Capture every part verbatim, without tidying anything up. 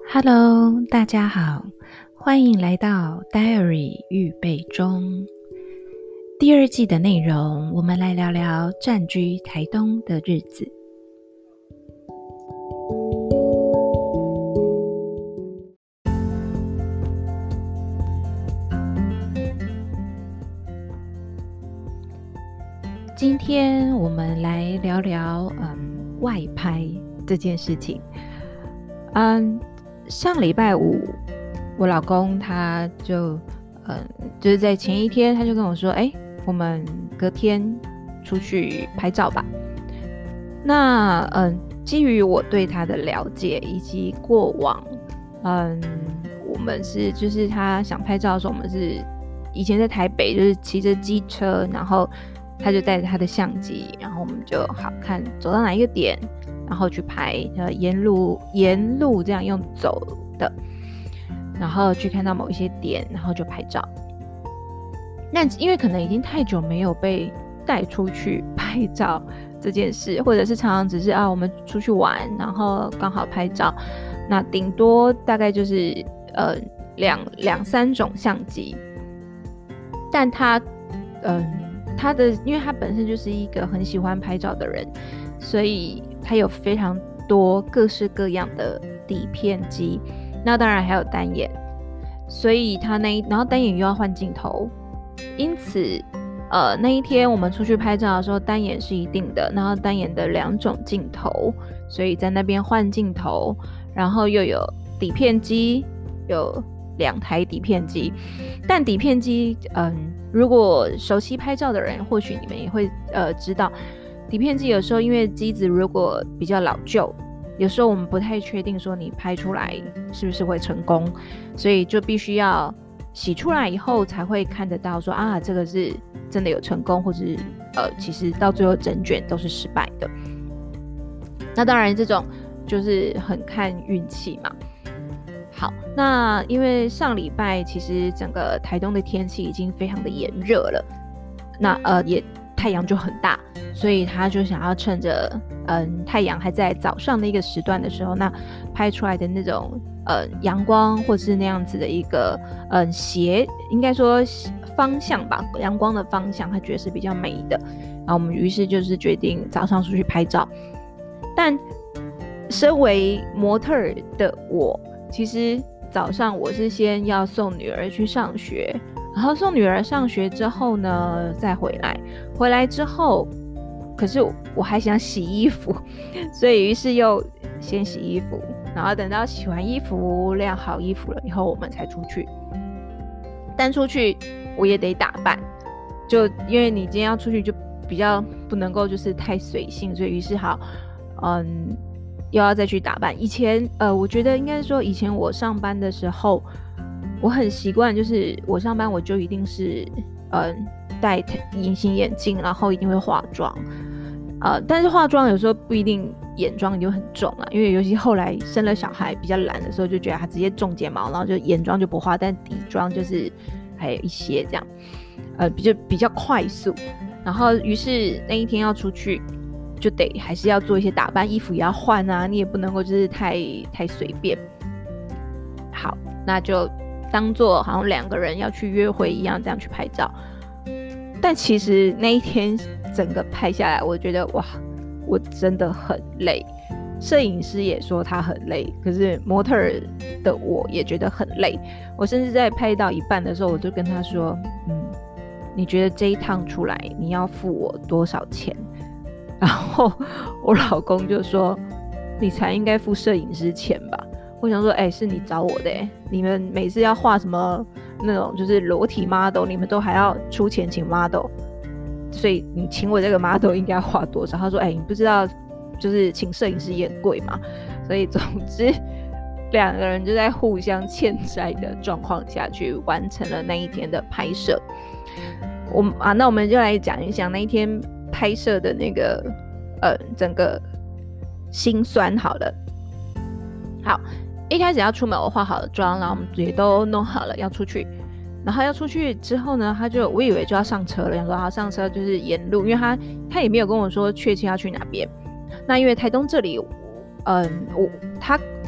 Hello，大家好，欢迎来到 Diary 预备中。第二季的内容，我们来聊聊暂居台东的日子。今天我们来聊聊嗯外拍这件事情。嗯，上礼拜五，我老公他就嗯就是在前一天，他就跟我说，哎，我们隔天出去拍照吧。那嗯，基于我对他的了解以及过往，嗯，我们是就是他想拍照的时候，我们是以前在台北就是骑着机车，然后他就带着他的相机，然后我们就好看走到哪一个点，然后去拍，呃，沿路沿路这样用走的，然后去看到某一些点，然后就拍照。那因为可能已经太久没有被带出去拍照这件事，或者是常常只是啊我们出去玩，然后刚好拍照，那顶多大概就是呃两两三种相机，但他嗯。他的，因为他本身就是一个很喜欢拍照的人，所以他有非常多各式各样的底片机，那当然还有单眼，所以他那一然后单眼又要换镜头，因此呃那一天我们出去拍照的时候，单眼是一定的，然后单眼的两种镜头，所以在那边换镜头，然后又有底片机，有两台底片机，但底片机嗯。如果熟悉拍照的人，或许你们也会呃知道，底片机有时候因为机子如果比较老旧，有时候我们不太确定说你拍出来是不是会成功，所以就必须要洗出来以后才会看得到说啊这个是真的有成功，或是呃其实到最后整卷都是失败的。那当然这种就是很看运气嘛。好，那因为上礼拜其实整个台东的天气已经非常的炎热了，那呃也太阳就很大，所以他就想要趁着嗯太阳还在早上的一个时段的时候，那拍出来的那种呃阳光或是那样子的一个嗯斜，应该说方向吧，阳光的方向，他觉得是比较美的。然后我们于是就是决定早上出去拍照，但身为模特儿的我。其实早上我是先要送女儿去上学，然后送女儿上学之后呢再回来，回来之后可是我还想洗衣服，所以于是又先洗衣服，然后等到洗完衣服晾好衣服了以后我们才出去。但出去我也得打扮，就因为你今天要出去就比较不能够就是太随性，所以于是好嗯又要再去打扮。以前呃，我觉得应该说以前我上班的时候，我很习惯，就是我上班我就一定是呃戴隐形眼镜，然后一定会化妆，呃，但是化妆有时候不一定眼妆就很重啊，因为尤其后来生了小孩比较懒的时候，就觉得他直接种睫毛，然后就眼妆就不化，但底妆就是还有一些这样，呃，比较比较快速。然后于是那一天要出去。就得还是要做一些打扮，衣服也要换啊，你也不能够就是太太随便。好，那就当做好像两个人要去约会一样，这样去拍照。但其实那一天整个拍下来，我觉得哇，我真的很累。摄影师也说他很累，可是模特儿的我也觉得很累。我甚至在拍到一半的时候，我就跟他说：“嗯，你觉得这一趟出来你要付我多少钱？”然后我老公就说你才应该付摄影师钱吧。我想说哎、欸，是你找我的、欸、你们每次要画什么那种就是裸体 model 你们都还要出钱请 model， 所以你请我这个 model 应该花多少？他说哎、欸，你不知道就是请摄影师也很贵嘛。所以总之两个人就在互相欠债的状况下去完成了那一天的拍摄。我啊，那我们就来讲一讲那一天拍摄的那个呃整个辛酸好了。好，一开始要出门我化好了妆，然后我们也都弄好了要出去，然后要出去之后呢，他就我以为就要上车了，想说他上车就是沿路，因为他他也没有跟我说确切要去哪边。那因为台东这里，嗯，我他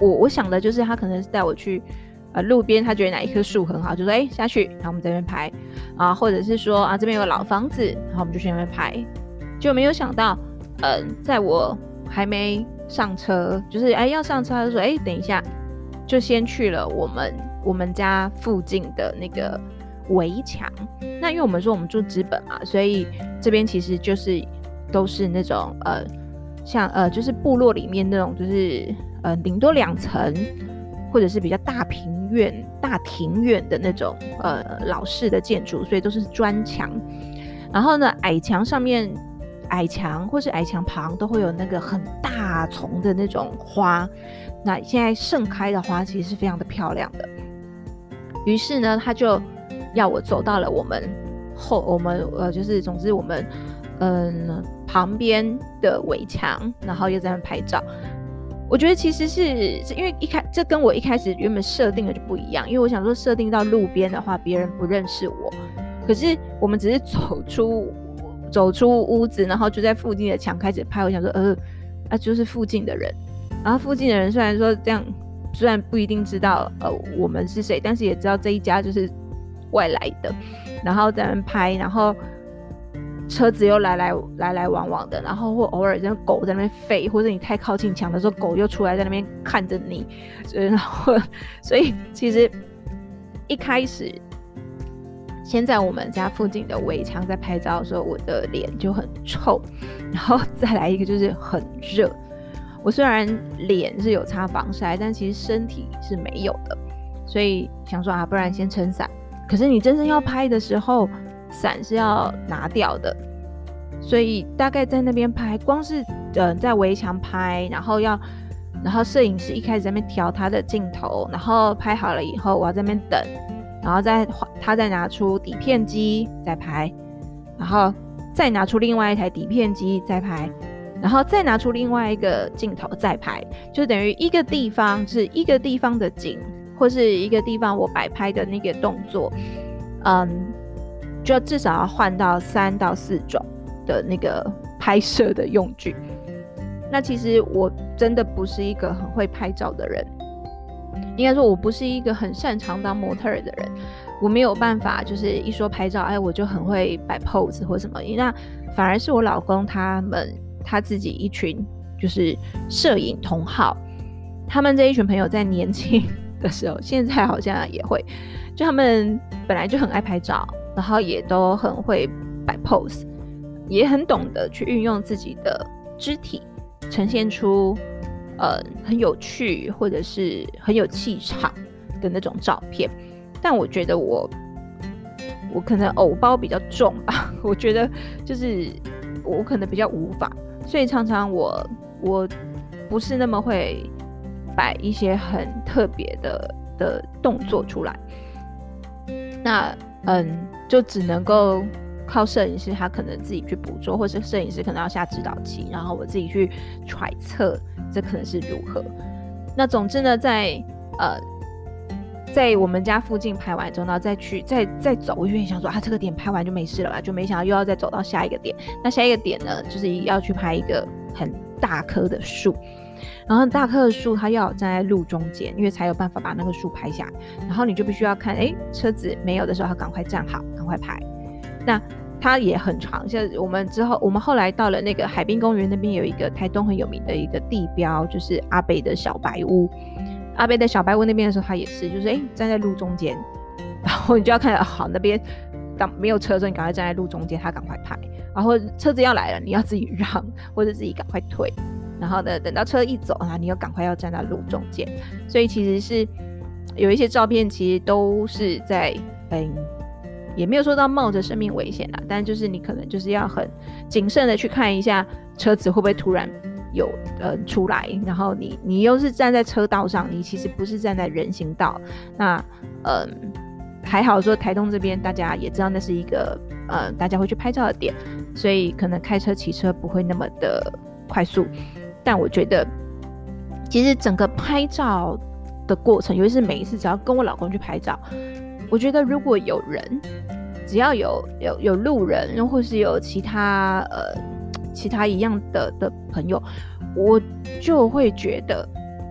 我我想的就是他可能是带我去呃路边，他觉得哪一棵树很好，就说哎、欸、下去，然后我们在那边拍啊，或者是说啊这边有个老房子，然后我们就去那边拍，就没有想到，嗯、呃，在我还没上车，就是哎要上车，他就说哎、欸、等一下，就先去了我们我们家附近的那个围墙。那因为我们说我们住知本嘛，所以这边其实就是都是那种呃像呃就是部落里面那种就是呃顶多两层或者是比较大平院大庭院的那种呃老式的建筑，所以都是砖墙。然后呢矮墙上面矮墙或是矮墙旁都会有那个很大丛的那种花，那现在盛开的花其实是非常的漂亮的。于是呢他就要我走到了我们后我们呃就是总之我们嗯旁边的围墙，然后又在那拍照。我觉得其实是因为一开这跟我一开始原本设定的就不一样，因为我想说设定到路边的话别人不认识我，可是我们只是走出走出屋子，然后就在附近的墙开始拍。我想说呃啊就是附近的人，然后附近的人虽然说这样虽然不一定知道呃我们是谁，但是也知道这一家就是外来的，然后在那边拍，然后车子又来来来来往往的，然后或偶尔那狗在那边吠，或者你太靠近墙的时候狗又出来在那边看着你，然后所以其实一开始先在我们家附近的围墙在拍照的时候我的脸就很臭，然后再来一个就是很热。我虽然脸是有擦防晒，但其实身体是没有的，所以想说啊不然先撑伞，可是你真正要拍的时候伞是要拿掉的，所以大概在那边拍光是、呃、在围墙拍，然后要然后摄影师一开始在那边调他的镜头，然后拍好了以后我要在那边等，然后再他再拿出底片机再拍，然后再拿出另外一台底片机再拍，然后再拿出另外一个镜头再拍，就等于一个地方就是一个地方的景或是一个地方我摆拍的那个动作，嗯就至少要换到三到四种的那个拍摄的用具。那其实我真的不是一个很会拍照的人，应该说我不是一个很擅长当模特儿的人，我没有办法就是一说拍照哎我就很会摆 pose 或什么，那反而是我老公他们他自己一群就是摄影同好，他们这一群朋友在年轻的时候现在好像也会，就他们本来就很爱拍照，然后也都很会摆 pose， 也很懂得去运用自己的肢体呈现出呃很有趣或者是很有气场的那种照片。但我觉得我我可能偶包比较重吧，我觉得就是我可能比较无法，所以常常我我不是那么会摆一些很特别的的动作出来，那嗯就只能够靠摄影师他可能自己去捕捉，或是摄影师可能要下指导棋，然后我自己去揣测这可能是如何。那总之呢在呃在我们家附近拍完之后，然后再去再再走，我有点想说啊这个点拍完就没事了吧，就没想到又要再走到下一个点。那下一个点呢就是要去拍一个很大棵的树，然后大棵的树它要站在路中间，因为才有办法把那个树拍下来，然后你就必须要看哎车子没有的时候它赶快站好赶快拍。那它也很长，像我们之后我们后来到了那个海滨公园那边有一个台东很有名的一个地标，就是阿北的小白屋。阿北的小白屋那边的时候它也是就是哎站在路中间，然后你就要看到好那边没有车的时候你赶快站在路中间，他赶快拍，然后车子要来了你要自己让或者自己赶快退，然后呢等到车一走啊你又赶快要站在路中间。所以其实是有一些照片其实都是在嗯也没有说到冒着生命危险啦，但就是你可能就是要很谨慎的去看一下车子会不会突然有呃出来，然后你你又是站在车道上，你其实不是站在人行道。那嗯还好说台东这边大家也知道那是一个呃大家会去拍照的点，所以可能开车骑车不会那么的快速。但我觉得其实整个拍照的过程，尤其是每一次只要跟我老公去拍照，我觉得如果有人只要有有有路人或是有其他呃其他一样的的朋友，我就会觉得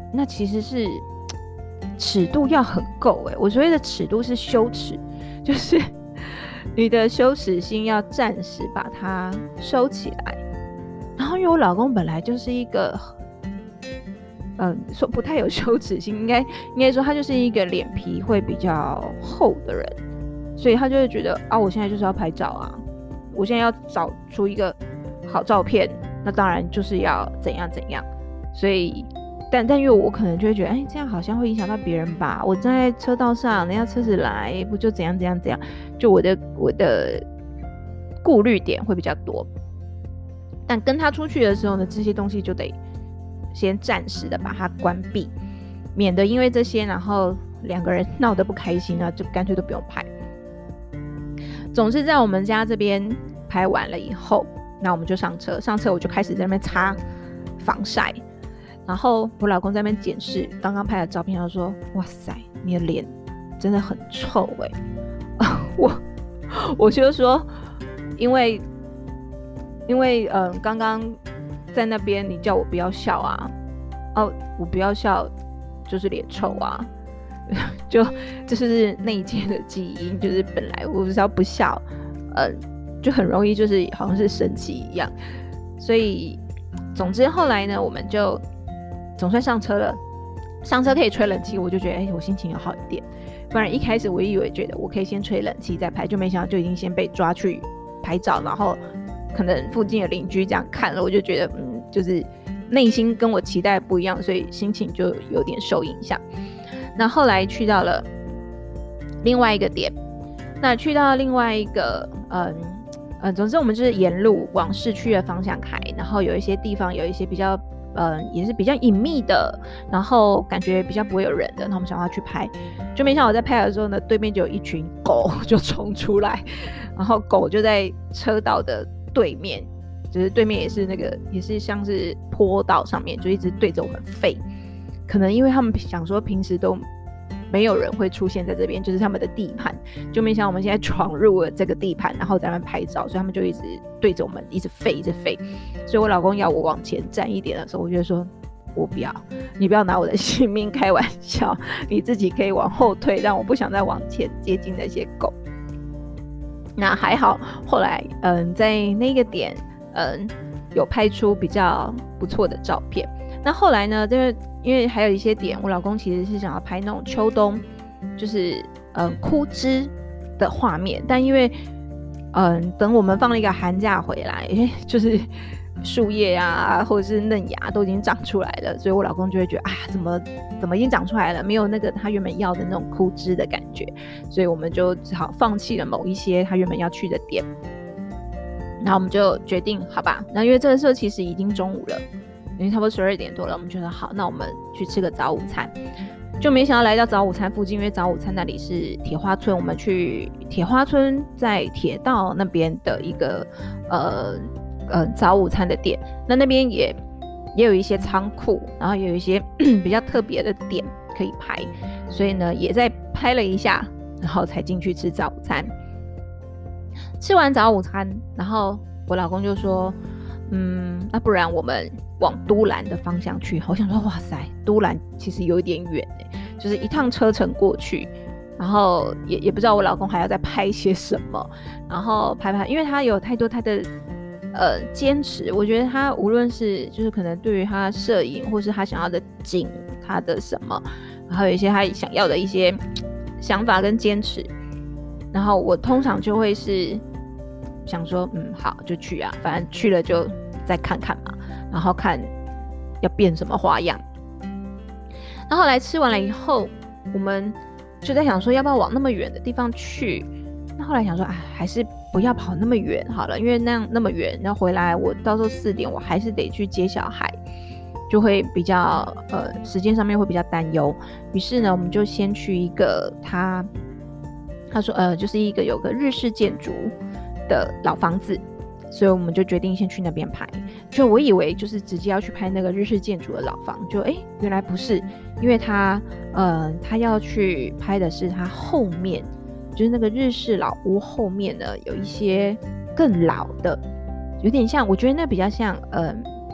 那其实是尺度要很够诶。我所谓的尺度是羞耻，就是你的羞耻心要暂时把它收起来。然后因为我老公本来就是一个嗯，说不太有羞耻心，应该应该说他就是一个脸皮会比较厚的人，所以他就会觉得啊，我现在就是要拍照啊，我现在要找出一个好照片，那当然就是要怎样怎样。所以但但因为我可能就会觉得，哎，这样好像会影响到别人吧，我站在车道上，人家车子来，不就怎样怎样怎样，就我的我的顾虑点会比较多。但跟他出去的时候呢，这些东西就得先暂时的把它关闭，免得因为这些然后两个人闹得不开心啊，就干脆都不用拍。总之在我们家这边拍完了以后，那我们就上车，上车我就开始在那边擦防晒，然后我老公在那边检视刚刚拍的照片，他说哇塞，你的脸真的很臭欸我我就说因为因为嗯，刚刚在那边你叫我不要笑啊，哦，我不要笑就是脸臭啊就这是内建的基因，就是本来我只要不笑呃，就很容易就是好像是生气一样。所以总之后来呢，我们就总算上车了，上车可以吹冷气，我就觉得哎、欸，我心情要好一点。不然一开始我以为觉得我可以先吹冷气再拍，就没想到就已经先被抓去拍照，然后可能附近的邻居这样看了，我就觉得嗯，就是内心跟我期待不一样，所以心情就有点受影响。那后来去到了另外一个点，那去到另外一个嗯呃，总之我们就是沿路往市区的方向开，然后有一些地方有一些比较呃也是比较隐秘的，然后感觉比较不会有人的，那我们想要去拍，就没想到我在拍的时候呢，对面就有一群狗就冲出来，然后狗就在车道的对面，就是对面也是那个也是像是坡道上面，就一直对着我们吠。可能因为他们想说平时都没有人会出现在这边，就是他们的地盘，就没想到我们现在闯入了这个地盘，然后在那边拍照，所以他们就一直对着我们一直吠一直吠。所以我老公要我往前站一点的时候，我就说我不要，你不要拿我的性命开玩笑，你自己可以往后退，让我不想再往前接近那些狗。那还好后来嗯，在那个点嗯有拍出比较不错的照片。那后来呢，因为因为还有一些点，我老公其实是想要拍那种秋冬就是嗯枯枝的画面，但因为嗯等我们放了一个寒假回来，就是树叶啊或者是嫩芽都已经长出来了，所以我老公就会觉得啊怎么怎么已经长出来了，没有那个他原本要的那种枯枝的感觉，所以我们就只好放弃了某一些他原本要去的点。然后我们就决定好吧，那因为这个时候其实已经中午了，因为差不多十二点多了，我们觉得好，那我们去吃个早午餐。就没想到来到早午餐附近，因为早午餐那里是铁花村，我们去铁花村在铁道那边的一个呃呃早午餐的店，那那边也也有一些仓库，然后也有一些比较特别的点可以拍，所以呢也在拍了一下，然后才进去吃早午餐。吃完早午餐，然后我老公就说嗯，那不然我们往都兰的方向去。我想说哇塞，都兰其实有一点远耶，就是一趟车程过去，然后 也, 也不知道我老公还要再拍些什么，然后拍拍，因为他有太多他的呃坚持，我觉得他无论是就是可能对于他摄影或是他想要的景，他的什么，然后有一些他想要的一些想法跟坚持，然后我通常就会是想说嗯好就去啊，反正去了就再看看嘛，然后看要变什么花样。然后后来吃完了以后，我们就在想说要不要往那么远的地方去。那后来想说啊，还是不要跑那么远好了，因为那样那么远，然后回来我到时候四点我还是得去接小孩，就会比较呃时间上面会比较担忧。于是呢，我们就先去一个他他说呃就是一个有个日式建筑的老房子，所以我们就决定先去那边拍。就我以为就是直接要去拍那个日式建筑的老房，就哎原来不是，因为他呃他要去拍的是他后面，就是那个日式老屋后面呢有一些更老的，有点像，我觉得那比较像呃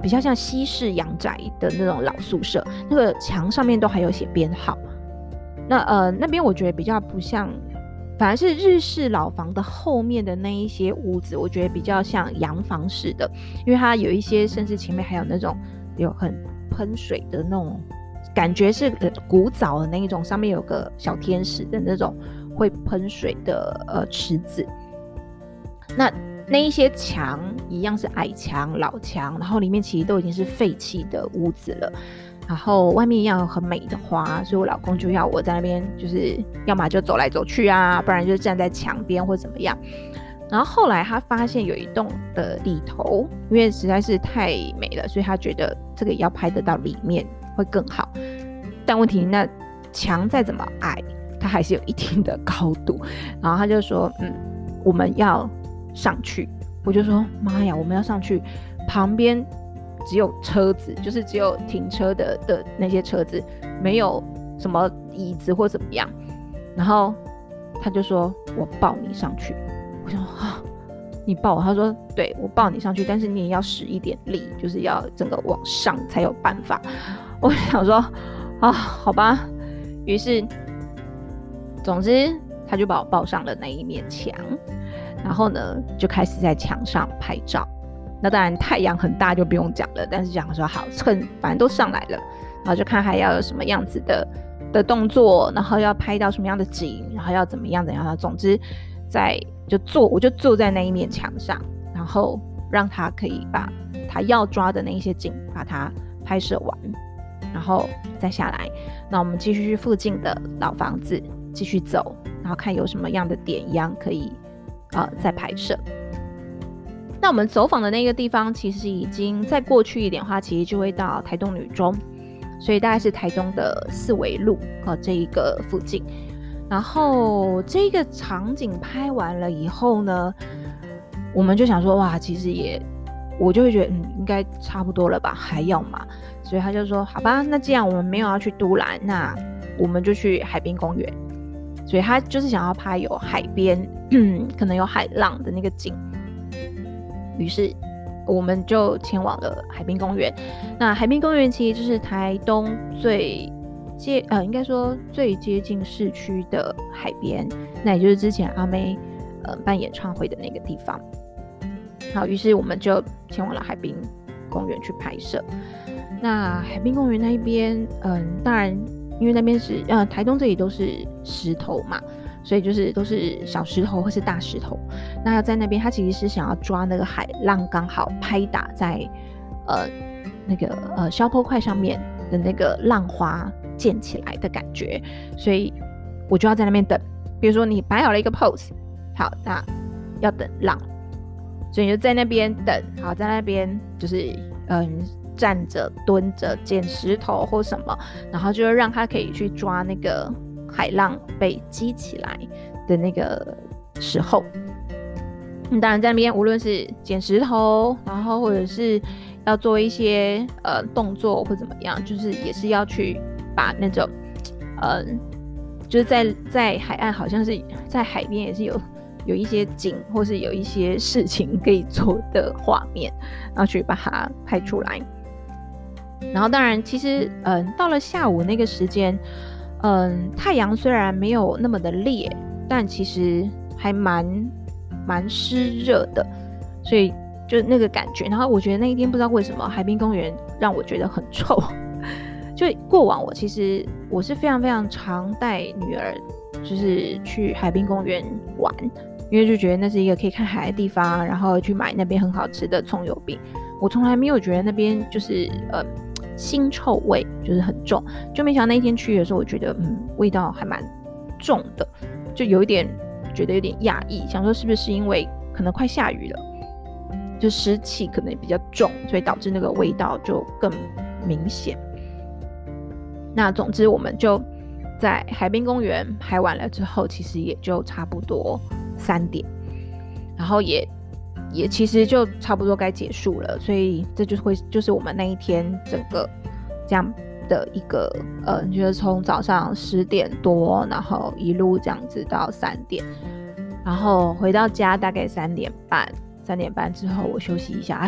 比较像西式洋宅的那种老宿舍，那个墙上面都还有写编号。那呃那边我觉得比较不像，反而是日式老房的后面的那一些屋子，我觉得比较像洋房式的，因为它有一些甚至前面还有那种有很喷水的那种感觉是、呃、古早的那一种，上面有个小天使的那种会喷水的呃池子。那那一些墙一样是矮墙老墙，然后里面其实都已经是废弃的屋子了，然后外面一样有很美的花，所以我老公就要我在那边就是要么就走来走去啊，不然就站在墙边或怎么样。然后后来他发现有一栋的里头，因为实在是太美了，所以他觉得这个也要拍得到里面会更好。但问题那墙再怎么矮，它还是有一定的高度。然后他就说嗯，我们要上去。我就说妈呀，我们要上去，旁边只有车子，就是只有停车的的那些车子，没有什么椅子或怎么样。然后他就说我抱你上去。我想啊，你抱我？他说对，我抱你上去，但是你也要使一点力，就是要整个往上才有办法。我想说啊，好吧。于是总之他就把我抱上了那一面墙，然后呢就开始在墙上拍照。那当然太阳很大就不用讲了，但是讲说好，趁反正都上来了，然后就看还要有什么样子的的动作，然后要拍到什么样的景，然后要怎么样怎样。总之在就坐我就坐在那一面墙上，然后让他可以把他要抓的那一些景把它拍摄完，然后再下来。那我们继续去附近的老房子继续走，然后看有什么样的点一样可以呃再拍摄。那我们走访的那个地方其实已经再过去一点的话，其实就会到台东女中，所以大概是台东的四维路、呃、这一个附近。然后这个场景拍完了以后呢，我们就想说哇，其实也我就会觉得嗯，应该差不多了吧，还要嘛。所以他就说好吧，那既然我们没有要去都兰，那我们就去海滨公园。所以他就是想要拍有海边、嗯、可能有海浪的那个景。于是我们就前往了海滨公园。那海滨公园其实就是台东最接呃，应该说最接近市区的海边，那也就是之前阿妹呃办演唱会的那个地方。好，于是我们就前往了海滨公园去拍摄。那海滨公园那一边，嗯，当然因为那边是呃台东这里都是石头嘛，所以就是都是小石头或是大石头。那在那边他其实是想要抓那个海浪刚好拍打在呃那个呃消波块上面的那个浪花溅起来的感觉，所以我就要在那边等。比如说你摆好了一个 pose， 好，那要等浪，所以你就在那边等。好，在那边就是嗯站着蹲着捡石头或什么，然后就让他可以去抓那个海浪被激起来的那个时候。嗯、当然在那边无论是捡石头，然后或者是要做一些呃动作或怎么样，就是也是要去把那种呃就是在在海岸，好像是在海边也是有有一些景或是有一些事情可以做的画面，然后去把它拍出来。然后当然其实嗯、呃、到了下午那个时间，嗯，太阳虽然没有那么的烈，但其实还蛮蛮湿热的，所以就那个感觉。然后我觉得那一天不知道为什么海滨公园让我觉得很臭。就过往我其实我是非常非常常带女儿就是去海滨公园玩，因为就觉得那是一个可以看海的地方，然后去买那边很好吃的葱油饼。我从来没有觉得那边就是呃腥臭味就是很重，就没想到那一天去的时候，我觉得嗯味道还蛮重的，就有一点觉得有点讶异，想说是不是因为可能快下雨了，就湿气可能也比较重，所以导致那个味道就更明显。那总之我们就在海滨公园拍完了之后，其实也就差不多三点，然后也也其实就差不多该结束了，所以这就会就是我们那一天整个这样的一个呃，就是从早上十点多，然后一路这样子到三点，然后回到家大概三点半，三点半之后我休息一下，哎，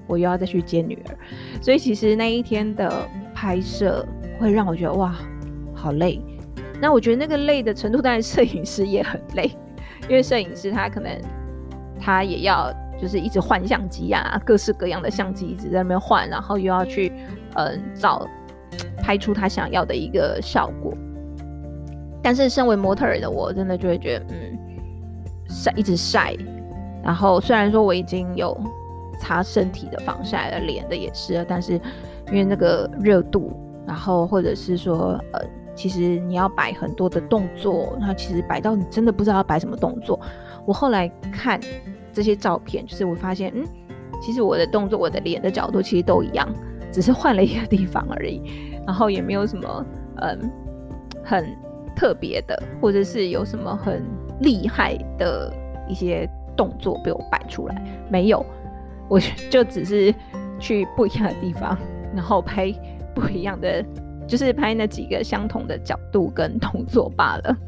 我又要再去接女儿，所以其实那一天的拍摄会让我觉得哇好累。那我觉得那个累的程度，当然摄影师也很累，因为摄影师他可能他也要就是一直换相机啊，各式各样的相机一直在那边换，然后又要去呃找拍出他想要的一个效果。但是身为模特儿的我，真的就会觉得嗯晒一直晒，然后虽然说我已经有擦身体的防晒了，脸的也是了，但是因为那个热度，然后或者是说呃其实你要摆很多的动作，那其实摆到你真的不知道要摆什么动作。我后来看这些照片，就是我发现嗯其实我的动作，我的脸的角度其实都一样，只是换了一个地方而已，然后也没有什么嗯很特别的，或者是有什么很厉害的一些动作被我摆出来，没有，我就只是去不一样的地方，然后拍不一样的，就是拍那几个相同的角度跟动作罢了。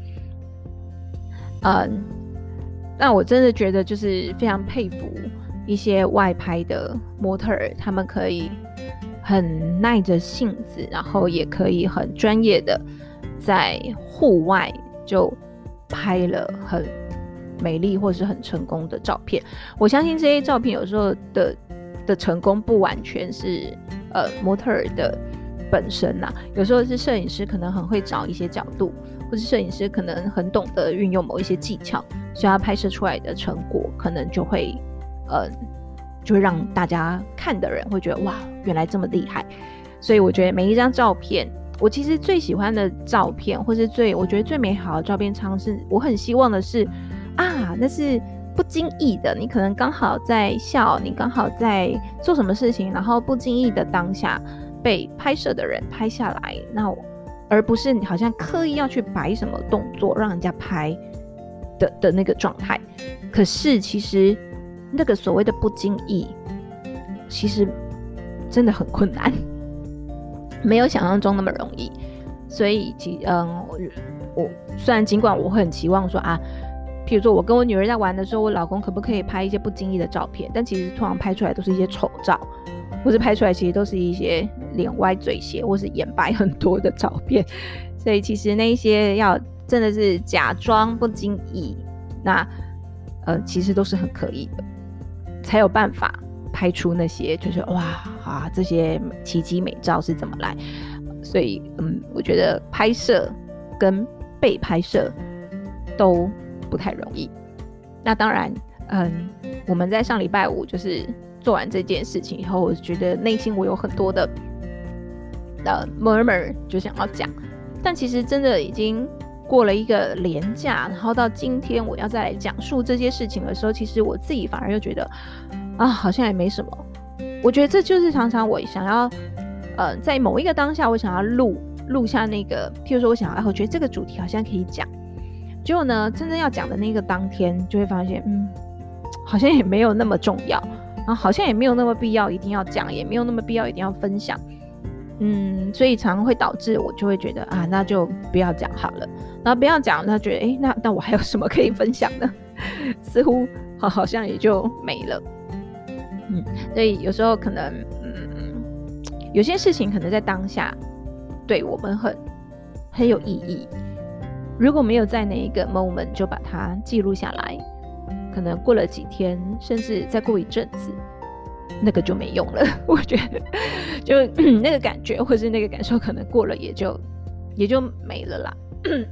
嗯，那我真的觉得就是非常佩服一些外拍的模特儿，他们可以很耐着性子，然后也可以很专业的在户外就拍了很美丽或是很成功的照片。我相信这些照片有时候的的成功不完全是呃模特儿的本身啊，有时候是摄影师可能很会找一些角度，或是摄影师可能很懂得运用某一些技巧，所以他拍摄出来的成果可能就会呃就会让大家看的人会觉得哇原来这么厉害。所以我觉得每一张照片，我其实最喜欢的照片，或是最我觉得最美好的照片，常常是我很希望的是啊那是不经意的，你可能刚好在笑，你刚好在做什么事情，然后不经意的当下被拍摄的人拍下来，那而不是你好像刻意要去摆什么动作让人家拍 的, 的那个状态。可是其实那个所谓的不经意其实真的很困难，没有想象中那么容易。所以其嗯，我, 我虽然尽管我会很期望说啊，譬如说我跟我女儿在玩的时候，我老公可不可以拍一些不经意的照片，但其实通常拍出来都是一些丑照，或是拍出来其实都是一些脸歪嘴斜或是眼白很多的照片。所以其实那一些要真的是假装不经意，那呃其实都是很可以的，才有办法拍出那些就是哇啊这些奇迹美照是怎么来。所以嗯，我觉得拍摄跟被拍摄都不太容易。那当然嗯，我们在上礼拜五就是做完这件事情以后，我觉得内心我有很多的呃 murmur 就想要讲，但其实真的已经过了一个连假，然后到今天我要再来讲述这些事情的时候，其实我自己反而又觉得啊好像也没什么。我觉得这就是常常我想要呃在某一个当下我想要录录下那个，譬如说我想要、啊、我觉得这个主题好像可以讲，结果呢真正要讲的那个当天就会发现嗯好像也没有那么重要，然后好像也没有那么必要一定要讲，也没有那么必要一定要分享。嗯，所以常常会导致我就会觉得啊那就不要讲好了，然后不要讲，那觉得诶那那我还有什么可以分享呢？似乎 好, 好像也就没了。嗯，所以有时候可能嗯有些事情可能在当下对我们很很有意义，如果没有在那一个 moment 就把它记录下来，可能过了几天甚至再过一阵子那个就没用了。我觉得就、嗯、那个感觉或是那个感受可能过了也就也就没了啦。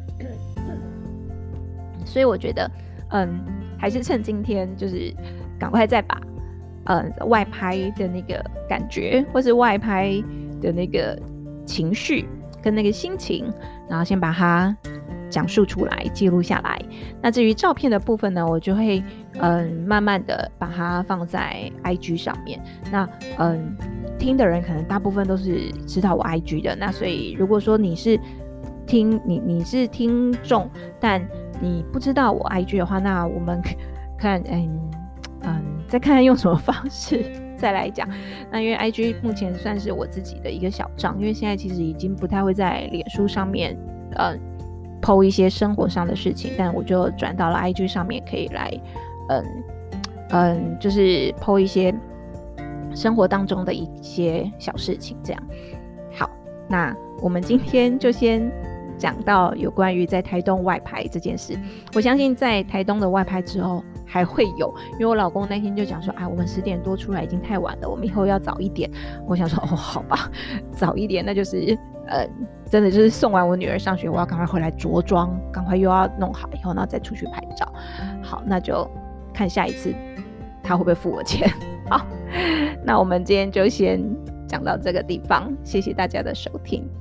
所以我觉得嗯，还是趁今天就是赶快再把嗯外拍的那个感觉或是外拍的那个情绪跟那个心情，然后先把它讲述出来记录下来。那至于照片的部分呢，我就会嗯慢慢的把它放在 I G 上面。那嗯听的人可能大部分都是知道我 I G 的，那所以如果说你是听你你是听众但你不知道我 I G 的话，那我们看嗯嗯再看看用什么方式再来讲。那因为 I G 目前算是我自己的一个小账，因为现在其实已经不太会在脸书上面嗯po 一些生活上的事情，但我就转到了 I G 上面，可以来嗯嗯就是 po 一些生活当中的一些小事情这样。好，那我们今天就先讲到有关于在台东外拍这件事。我相信在台东的外拍之后还会有，因为我老公那天就讲说，啊，我们十点多出来已经太晚了，我们以后要早一点。我想说，哦，好吧，早一点，那就是呃，真的就是送完我女儿上学，我要赶快回来着装，赶快又要弄好以后，然后再出去拍照。好，那就看下一次他会不会付我钱。好，那我们今天就先讲到这个地方，谢谢大家的收听。